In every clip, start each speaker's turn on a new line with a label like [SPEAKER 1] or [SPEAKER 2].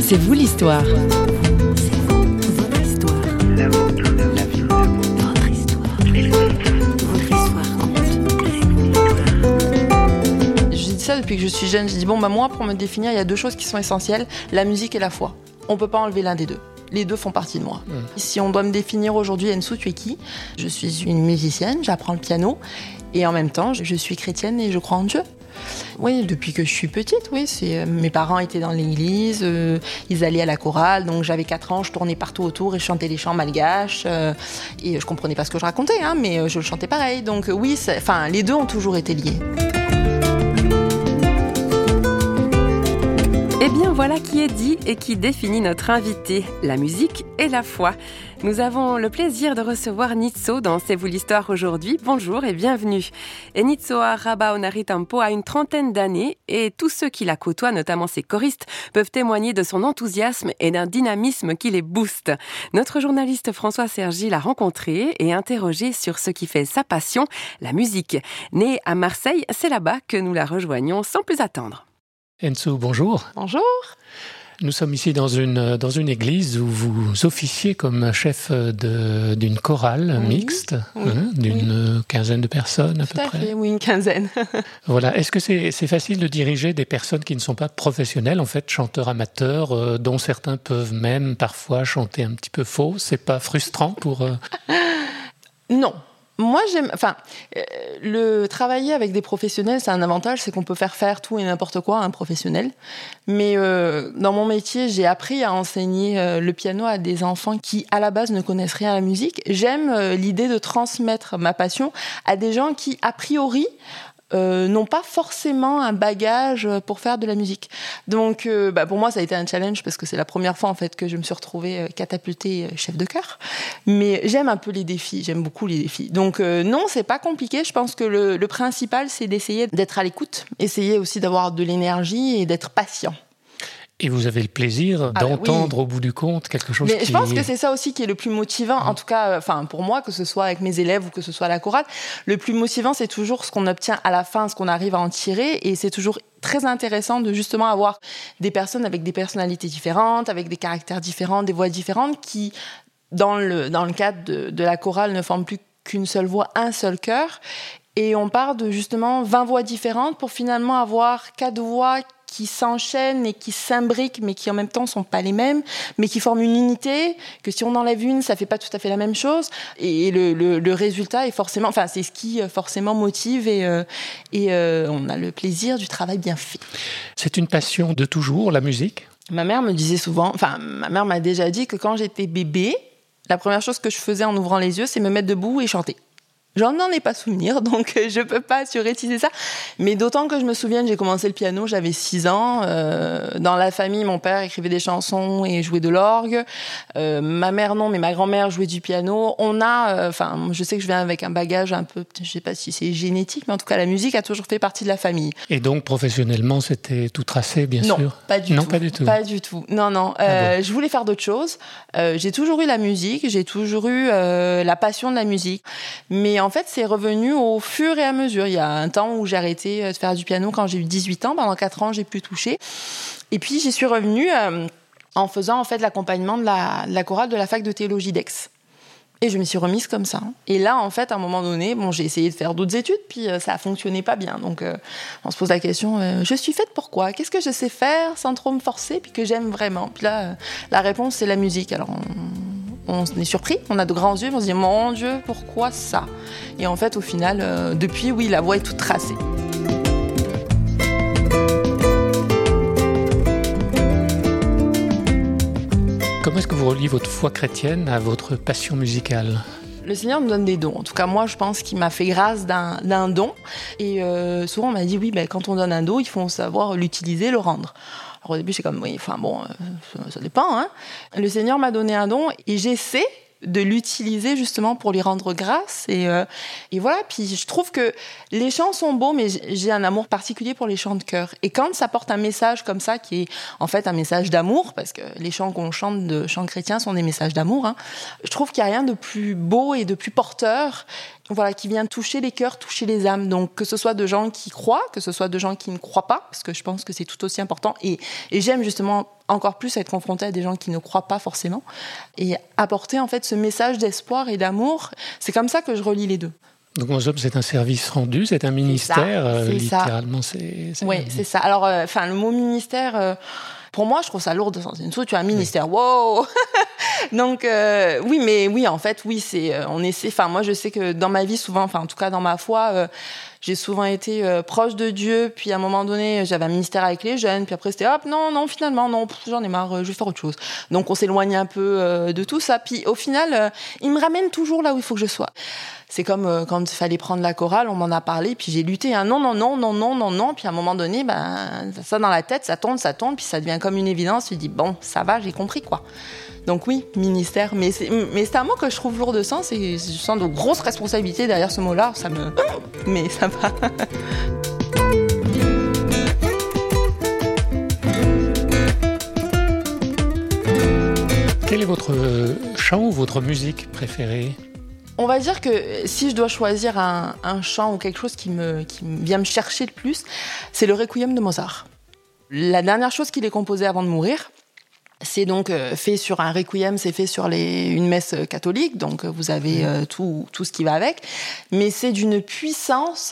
[SPEAKER 1] C'est vous l'histoire.
[SPEAKER 2] Votre histoire. La vôtre. La vie. Votre histoire. Votre histoire compte.
[SPEAKER 3] Je dis ça depuis que je suis jeune. J'ai dit moi, pour me définir, il y a deux choses qui sont essentielles, la musique et la foi. On peut pas enlever l'un des deux. Les deux font partie de moi. Si on doit me définir aujourd'hui, Ensou, tu es qui ? Je suis une musicienne, j'apprends le piano et en même temps, je suis chrétienne et je crois en Dieu. Oui, depuis que je suis petite, oui. Mes parents étaient dans l'église, ils allaient à la chorale, donc j'avais 4 ans, je tournais partout autour et je chantais les chants malgaches. Et je comprenais pas ce que je racontais, mais je le chantais pareil. Donc oui, les deux ont toujours été liés.
[SPEAKER 1] Eh bien, voilà qui est dit et qui définit notre invité, la musique et la foi. Nous avons le plaisir de recevoir Nitso dans C'est vous l'histoire aujourd'hui. Bonjour et bienvenue. Et Nitso Araba Onaritampo a une 30aine d'années et tous ceux qui la côtoient, notamment ses choristes, peuvent témoigner de son enthousiasme et d'un dynamisme qui les booste. Notre journaliste François Sergi l'a rencontré et interrogé sur ce qui fait sa passion, la musique. Née à Marseille, c'est là-bas que nous la rejoignons sans plus attendre.
[SPEAKER 4] Ensou, bonjour.
[SPEAKER 3] Bonjour.
[SPEAKER 4] Nous sommes ici dans une église où vous officiez comme chef d'une chorale mixte, d'une quinzaine de personnes à peu près.
[SPEAKER 3] Tout à fait, oui, une quinzaine.
[SPEAKER 4] Voilà. Est-ce que c'est facile de diriger des personnes qui ne sont pas professionnelles, en fait, chanteurs amateurs, dont certains peuvent même parfois chanter un petit peu faux ? C'est pas frustrant pour...
[SPEAKER 3] Non. Moi, le travailler avec des professionnels, c'est un avantage, c'est qu'on peut faire tout et n'importe quoi à un professionnel. Mais dans mon métier, j'ai appris à enseigner le piano à des enfants qui, à la base, ne connaissent rien à la musique. J'aime l'idée de transmettre ma passion à des gens qui, a priori, n'ont pas forcément un bagage pour faire de la musique. Donc, pour moi, ça a été un challenge parce que c'est la première fois en fait que je me suis retrouvée catapultée chef de chœur. Mais j'aime un peu les défis, j'aime beaucoup les défis. Donc non, c'est pas compliqué. Je pense que le principal, c'est d'essayer d'être à l'écoute, essayer aussi d'avoir de l'énergie et d'être patient.
[SPEAKER 4] Et vous avez le plaisir d'entendre au bout du compte quelque chose
[SPEAKER 3] Mais je pense que c'est ça aussi qui est le plus motivant, en tout cas, pour moi, que ce soit avec mes élèves ou que ce soit à la chorale. Le plus motivant, c'est toujours ce qu'on obtient à la fin, ce qu'on arrive à en tirer, et c'est toujours très intéressant de justement avoir des personnes avec des personnalités différentes, avec des caractères différents, des voix différentes, qui, dans le cadre de la chorale, ne forment plus qu'une seule voix, un seul chœur. Et on part de justement 20 voix différentes pour finalement avoir 4 voix qui s'enchaînent et qui s'imbriquent, mais qui en même temps sont pas les mêmes, mais qui forment une unité, que si on enlève une, ça fait pas tout à fait la même chose. Et le résultat est forcément, c'est ce qui forcément motive et on a le plaisir du travail bien fait.
[SPEAKER 4] C'est une passion de toujours, la musique ?
[SPEAKER 3] Ma mère me disait souvent, ma mère m'a déjà dit que quand j'étais bébé, la première chose que je faisais en ouvrant les yeux, c'est me mettre debout et chanter. J'en ai pas souvenir, donc je peux pas surétiser ça. Mais d'autant que je me souviens, j'ai commencé le piano, j'avais 6 ans. Dans la famille, mon père écrivait des chansons et jouait de l'orgue. Ma mère, non, mais ma grand-mère jouait du piano. Je sais que je viens avec un bagage un peu, je sais pas si c'est génétique, mais en tout cas, la musique a toujours fait partie de la famille.
[SPEAKER 4] Et donc, professionnellement, c'était tout tracé, bien sûr ?
[SPEAKER 3] Non, pas du tout. Pas du tout. Non. Bon. Je voulais faire d'autres choses. J'ai toujours eu la musique, j'ai toujours eu la passion de la musique. Mais en fait, c'est revenu au fur et à mesure. Il y a un temps où j'ai arrêté de faire du piano quand j'ai eu 18 ans. Pendant 4 ans, j'ai pu toucher. Et puis, j'y suis revenue en faisant en fait l'accompagnement de la chorale de la fac de théologie d'Aix. Et je me suis remise comme ça. Et là, en fait, à un moment donné, j'ai essayé de faire d'autres études, puis ça a fonctionné pas bien. Donc, on se pose la question, je suis faite pour quoi ? Qu'est-ce que je sais faire sans trop me forcer, puis que j'aime vraiment ? Puis là, la réponse, c'est la musique. Alors, on est surpris, on a de grands yeux, on se dit, mon Dieu, pourquoi ça ? Et en fait, au final, depuis, oui, la voie est toute tracée.
[SPEAKER 4] Comment est-ce que vous reliez votre foi chrétienne à votre passion musicale ?
[SPEAKER 3] Le Seigneur nous donne des dons. En tout cas, moi, je pense qu'il m'a fait grâce d'un don. Et souvent, on m'a dit, oui, quand on donne un don, il faut savoir l'utiliser, le rendre. Alors, au début, c'est comme, ça dépend. Le Seigneur m'a donné un don et j'essaie de l'utiliser justement pour lui rendre grâce. Et voilà, puis je trouve que les chants sont beaux, mais j'ai un amour particulier pour les chants de chœur. Et quand ça porte un message comme ça, qui est en fait un message d'amour, parce que les chants qu'on chante de chants chrétiens sont des messages d'amour, je trouve qu'il n'y a rien de plus beau et de plus porteur. Voilà, qui vient toucher les cœurs, toucher les âmes. Donc, que ce soit de gens qui croient, que ce soit de gens qui ne croient pas, parce que je pense que c'est tout aussi important. Et j'aime justement encore plus être confrontée à des gens qui ne croient pas forcément. Et apporter, en fait, ce message d'espoir et d'amour. C'est comme ça que je relie les deux.
[SPEAKER 4] Donc, Mozop, c'est un service rendu, c'est un ministère,
[SPEAKER 3] c'est
[SPEAKER 4] littéralement.
[SPEAKER 3] Oui, c'est ça. Alors, le mot ministère... Pour moi, je trouve ça lourd de sens. Tu as un ministère, wow. Donc on essaie. Enfin, moi, je sais que dans ma vie, souvent, enfin, en tout cas dans ma foi, j'ai souvent été proche de Dieu. Puis à un moment donné, j'avais un ministère avec les jeunes. Puis après, c'était hop, non, finalement, non, j'en ai marre, je vais faire autre chose. Donc on s'éloigne un peu de tout ça. Puis au final, il me ramène toujours là où il faut que je sois. C'est comme quand il fallait prendre la chorale, on m'en a parlé, puis j'ai lutté un non. Puis à un moment donné, ça dans la tête, ça tourne, puis ça devient comme une évidence. Je dis bon, ça va, j'ai compris quoi. Donc oui, ministère, mais c'est un mot que je trouve lourd de sens et je sens de grosses responsabilités derrière ce mot-là. Mais ça va.
[SPEAKER 4] Quel est votre chant ou votre musique préférée ?
[SPEAKER 3] On va dire que si je dois choisir un chant ou quelque chose qui vient me chercher le plus, c'est le Requiem de Mozart. La dernière chose qu'il ait composée avant de mourir, c'est donc fait sur un Requiem, c'est fait sur une messe catholique, donc vous avez tout ce qui va avec, mais c'est d'une puissance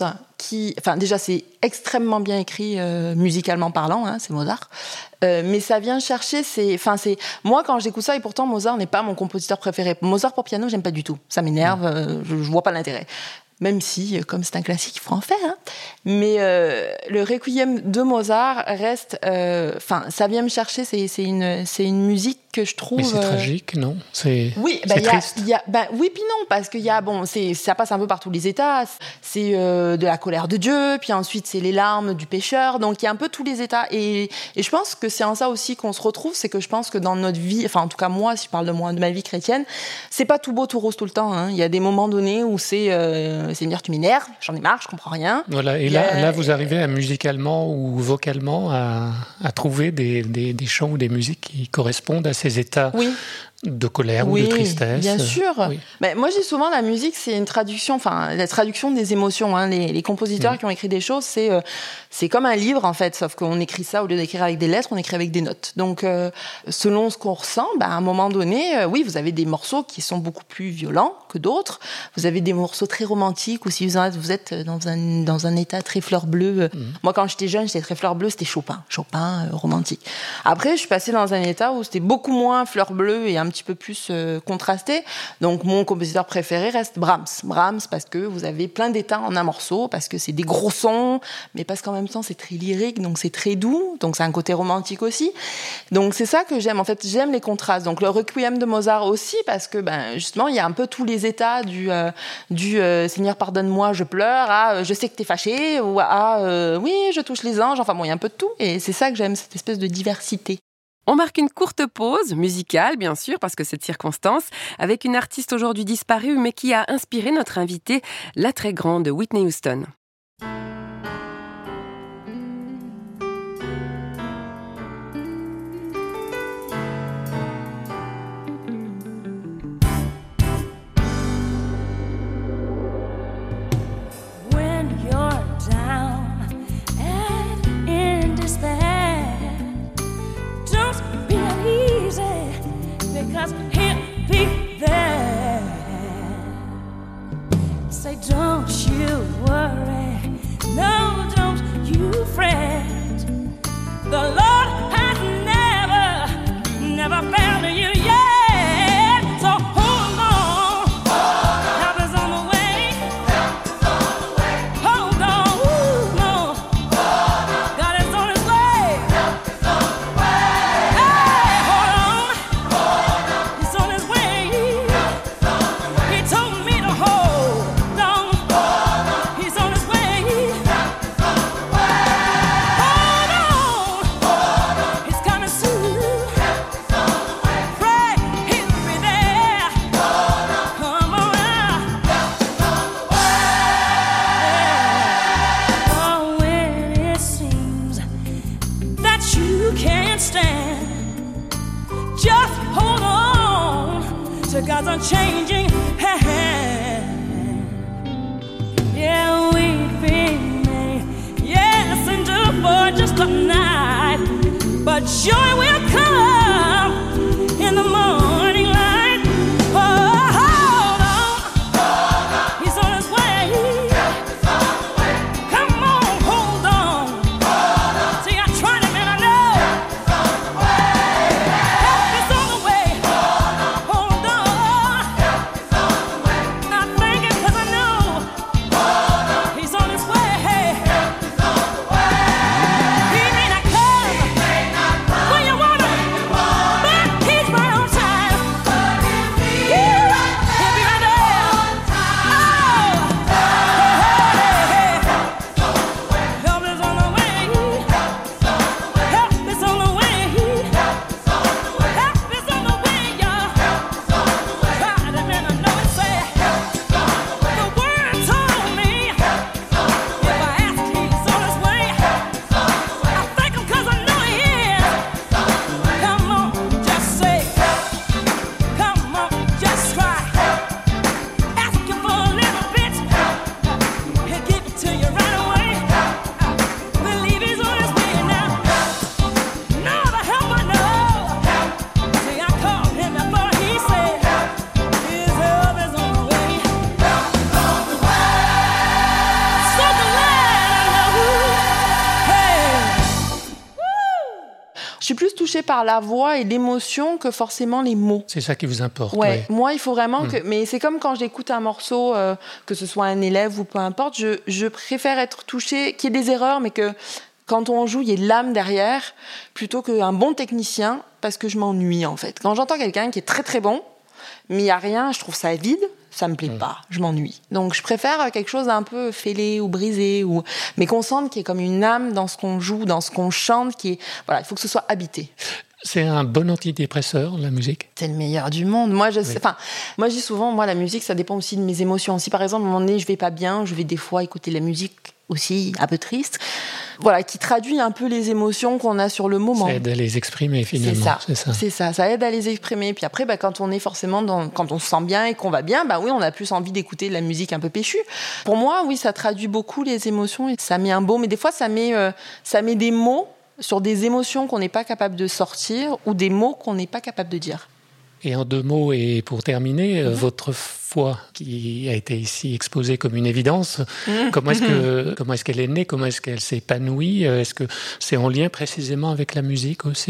[SPEAKER 3] déjà c'est extrêmement bien écrit musicalement parlant, c'est Mozart, mais ça vient chercher, moi quand j'écoute ça, et pourtant Mozart n'est pas mon compositeur préféré. Mozart pour piano, j'aime pas du tout, ça m'énerve, je vois pas l'intérêt. Même si, comme c'est un classique, il faut en faire. Mais le Requiem de Mozart reste... ça vient me chercher, c'est une musique que je trouve...
[SPEAKER 4] Mais c'est tragique, non ? C'est
[SPEAKER 3] triste. Oui, puis non, parce qu'il y a... ça passe un peu par tous les états. C'est de la colère de Dieu, puis ensuite c'est les larmes du pécheur. Donc il y a un peu tous les états. Et je pense que c'est en ça aussi qu'on se retrouve, c'est que je pense que dans notre vie... Enfin, en tout cas, moi, si je parle de ma vie chrétienne, c'est pas tout beau, tout rose tout le temps. Il y a des moments donnés où c'est Seigneur, tu m'énerves, j'en ai marre, je comprends rien.
[SPEAKER 4] Voilà, et là, vous arrivez à musicalement ou vocalement à trouver des chants ou des musiques qui correspondent à ces états de colère ou de tristesse.
[SPEAKER 3] Bien sûr. Oui. Mais moi, je dis souvent, la musique, c'est une traduction, la traduction des émotions. Les compositeurs qui ont écrit des choses, c'est comme un livre, en fait, sauf qu'on écrit ça, au lieu d'écrire avec des lettres, on écrit avec des notes. Donc, selon ce qu'on ressent, à un moment donné, vous avez des morceaux qui sont beaucoup plus violents que d'autres. Vous avez des morceaux très romantiques, ou si vous êtes dans un état très fleur bleue. Moi, quand j'étais jeune, j'étais très fleur bleue, c'était Chopin, romantique. Après, je suis passée dans un état où c'était beaucoup moins fleur bleue et un petit peu plus contrasté. Donc, mon compositeur préféré reste Brahms. Brahms, parce que vous avez plein d'états en un morceau, parce que c'est des gros sons, mais parce qu'en même temps, c'est très lyrique, donc c'est très doux, donc c'est un côté romantique aussi. Donc, c'est ça que j'aime. En fait, j'aime les contrastes. Donc, le Requiem de Mozart aussi, parce que, justement, il y a un peu tous les états du Seigneur, pardonne-moi, je pleure, à je sais que t'es fâché, ou à oui, je touche les anges. Enfin, il y a un peu de tout. Et c'est ça que j'aime, cette espèce de diversité.
[SPEAKER 1] On marque une courte pause, musicale bien sûr, parce que c'est de circonstance, avec une artiste aujourd'hui disparue, mais qui a inspiré notre invitée, la très grande Whitney Houston.
[SPEAKER 2] Say, don't you worry, no, don't you fret. The Lord has never failed you yet. So hold on, help is on the way. Hold on, God is on His way. Hey, hold on, He's on His way. He told me to hold. God's unchanging hand. darkest of night, but joy will come in the morning light. Oh, hold on, he's on his way. Come on, hold on. See, I tried him and I know help is on the way. Hold on, I thank him 'cause I know he's on his way. He may not come when you want him, but he's right on time. He'll be right there. Oh, hey, help is on the way. Help is on the way. Help is on the way, y'all. Tried him and I know it's sad. The word told me if I ask, he's on his way. I thank him 'cause I know he is. Come on, just say, come on, just try. Ask him for a little bit, he'll give it to you right away. Believe he's on his way now. No other help I know. See, I called him before he said his help is on the way. So glad I know. Hey.
[SPEAKER 3] Je suis plus touchée par la voix et l'émotion que forcément les mots.
[SPEAKER 4] C'est ça qui vous importe.
[SPEAKER 3] Ouais,
[SPEAKER 4] ouais.
[SPEAKER 3] moi il faut vraiment que. Mais c'est comme quand j'écoute un morceau, que ce soit un élève ou peu importe, je préfère être touchée, qu'il y ait des erreurs, mais que quand on joue, il y ait de l'âme derrière, plutôt qu'un bon technicien, parce que je m'ennuie en fait. Quand j'entends quelqu'un qui est très très bon, mais il n'y a rien, je trouve ça vide, ça me plaît pas, je m'ennuie. Donc je préfère quelque chose d'un peu fêlé ou brisé, mais qu'on sente qu'il y ait comme une âme dans ce qu'on joue, dans ce qu'on chante, voilà, il faut que ce soit habité.
[SPEAKER 4] C'est un bon antidépresseur, la musique.
[SPEAKER 3] C'est le meilleur du monde. Moi, je dis souvent, la musique, ça dépend aussi de mes émotions. Si par exemple, à un moment donné, je vais pas bien, je vais des fois écouter la musique aussi un peu triste, voilà, qui traduit un peu les émotions qu'on a sur le moment.
[SPEAKER 4] Ça aide à les exprimer finalement.
[SPEAKER 3] C'est ça, ça aide à les exprimer. Puis après, quand on est forcément quand on se sent bien et qu'on va bien, oui, on a plus envie d'écouter de la musique un peu péchue. Pour moi, oui, ça traduit beaucoup les émotions et ça met un baume. Mais des fois, ça met des mots sur des émotions qu'on n'est pas capable de sortir ou des mots qu'on n'est pas capable de dire.
[SPEAKER 4] Et en 2 mots, et pour terminer, votre foi qui a été ici exposée comme une évidence, comment est-ce qu'elle est née, comment est-ce qu'elle s'est épanouie, est-ce que c'est en lien précisément avec la musique aussi ?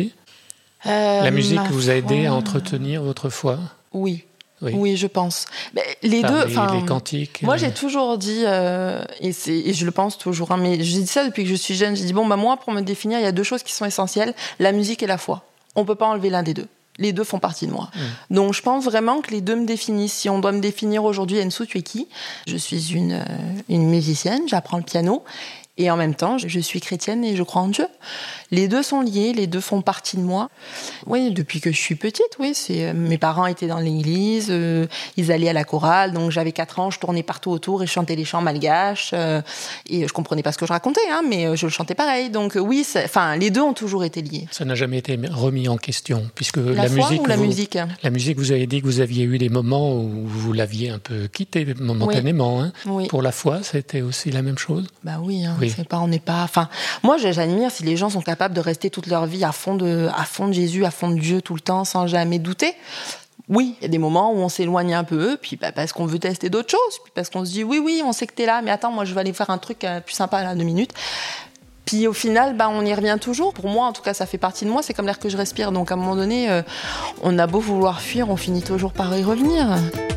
[SPEAKER 4] La musique vous a aidé à entretenir votre foi ?
[SPEAKER 3] Oui, je pense. Mais les
[SPEAKER 4] cantiques.
[SPEAKER 3] Moi, j'ai toujours dit, et je le pense toujours, mais j'ai dit ça depuis que je suis jeune. J'ai dit moi, pour me définir, il y a 2 choses qui sont essentielles, la musique et la foi. On peut pas enlever l'un des deux. Les 2 font partie de moi. Donc, je pense vraiment que les 2 me définissent. Si on doit me définir aujourd'hui, Enso, tu es qui ? Je suis une musicienne, j'apprends le piano. Et en même temps, je suis chrétienne et je crois en Dieu. Les 2 sont liés, les 2 font partie de moi. Oui, depuis que je suis petite, oui. Mes parents étaient dans l'église, ils allaient à la chorale, donc j'avais 4 ans, je tournais partout autour et je chantais les chants malgaches. Et je comprenais pas ce que je racontais, mais je le chantais pareil. Donc oui, les 2 ont toujours été liés.
[SPEAKER 4] Ça n'a jamais été remis en question, puisque
[SPEAKER 3] la foi
[SPEAKER 4] musique...
[SPEAKER 3] ou la musique ?
[SPEAKER 4] La musique, vous avez dit que vous aviez eu des moments où vous l'aviez un peu quittée momentanément. Oui.
[SPEAKER 3] Oui.
[SPEAKER 4] Pour la foi, c'était aussi la même chose ?
[SPEAKER 3] Oui. On n'est pas... moi, j'admire si les gens sont capables de rester toute leur vie à fond de Jésus, à fond de Dieu tout le temps, sans jamais douter. Oui, il y a des moments où on s'éloigne un peu, puis parce qu'on veut tester d'autres choses, puis parce qu'on se dit oui, on sait que t'es là, mais attends, moi je vais aller faire un truc plus sympa là, 2 minutes. Puis au final, on y revient toujours. Pour moi, en tout cas, ça fait partie de moi, c'est comme l'air que je respire. Donc à un moment donné, on a beau vouloir fuir, on finit toujours par y revenir.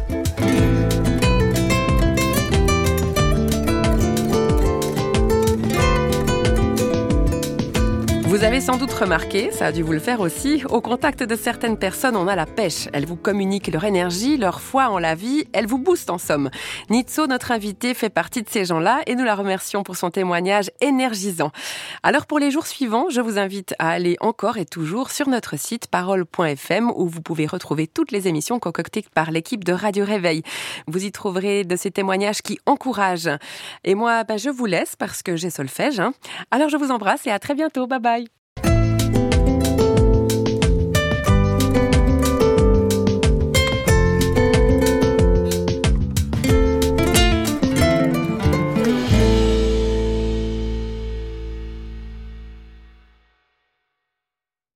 [SPEAKER 1] Vous avez sans doute remarqué, ça a dû vous le faire aussi, au contact de certaines personnes, on a la pêche. Elles vous communiquent leur énergie, leur foi en la vie, elles vous boostent en somme. Nitso, notre invitée, fait partie de ces gens-là et nous la remercions pour son témoignage énergisant. Alors pour les jours suivants, je vous invite à aller encore et toujours sur notre site parole.fm où vous pouvez retrouver toutes les émissions concoctées par l'équipe de Radio Réveil. Vous y trouverez de ces témoignages qui encouragent. Et moi, je vous laisse parce que j'ai solfège. Alors je vous embrasse et à très bientôt. Bye bye.